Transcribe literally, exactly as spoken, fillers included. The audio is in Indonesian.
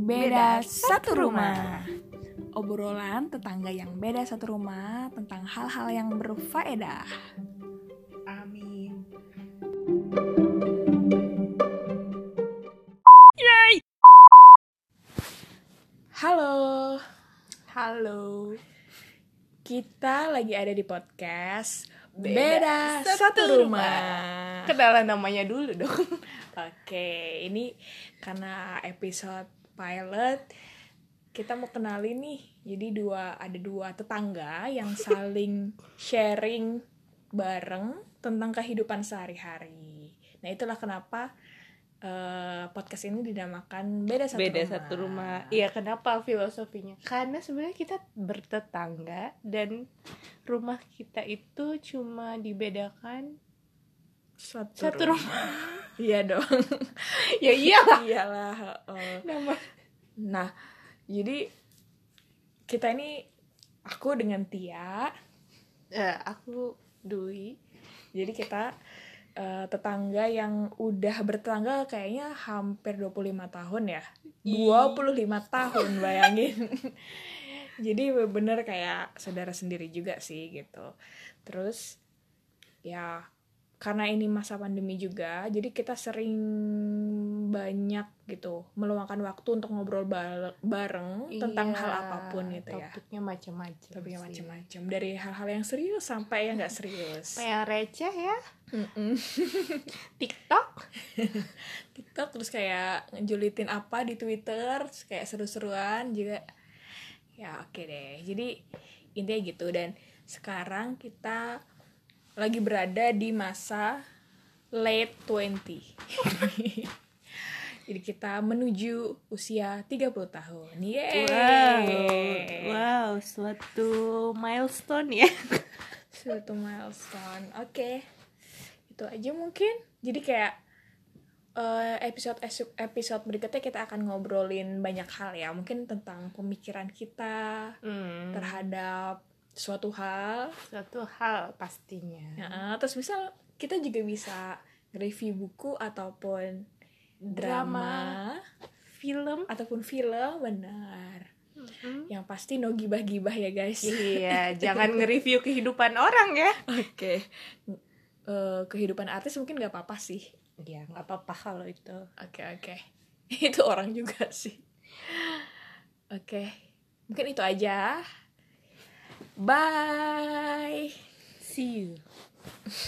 Beda satu rumah. Obrolan tetangga yang beda satu rumah tentang hal-hal yang berfaedah. Amin. Yay! Halo. Halo. Kita lagi ada di podcast Beda Beda, Satu Satu Rumah. Rumah. Kenalan namanya dulu dong. Oke, ini karena episode pilot kita mau kenalin nih. Jadi dua ada dua tetangga yang saling sharing bareng tentang kehidupan sehari-hari. Nah, itulah kenapa uh, podcast ini dinamakan Beda Satu Beda Rumah. Satu Rumah. Iya, kenapa filosofinya? Karena sebenarnya kita bertetangga dan rumah kita itu cuma dibedakan Satu, satu rumah. rumah. Iya dong. Ya iyalah. Iyalah. Uh. Nama. Nah, jadi kita ini aku dengan Tia, Eh, aku Dwi. jadi kita uh, tetangga yang udah bertetangga kayaknya hampir dua puluh lima tahun ya. dua puluh lima tahun, bayangin. Jadi bener kayak saudara sendiri juga sih gitu. Terus ya karena ini masa pandemi juga, jadi kita sering banyak gitu meluangkan waktu untuk ngobrol bareng Iya, tentang hal apapun gitu ya. Topiknya macam-macam. Topiknya macam-macam, dari hal-hal yang serius sampai yang nggak serius. Yang receh ya. Mm-mm. TikTok. TikTok terus kayak ngejulitin apa di Twitter, terus kayak seru-seruan juga. Ya oke deh. Jadi intinya gitu, dan sekarang kita lagi berada di masa late twenty. Jadi kita menuju usia tiga puluh tahun. Yeay. Wow. Wow, suatu milestone ya. Suatu milestone. Oke. Okay. Itu aja mungkin. Jadi kayak uh, episode episode berikutnya kita akan ngobrolin banyak hal ya. Mungkin tentang pemikiran kita hmm. terhadap suatu hal, suatu hal pastinya. Ya, terus misal kita juga bisa review buku ataupun drama, drama film ataupun film, benar. Mm-hmm. Yang pasti no gibah-gibah ya guys. Iya, jangan nge-review kehidupan orang ya. Oke, okay. uh, kehidupan artis mungkin nggak apa-apa sih. Iya, nggak apa-apa kalau itu. Oke okay, oke, okay. Itu orang juga sih. Oke, okay. Mungkin itu aja. Bye. See you.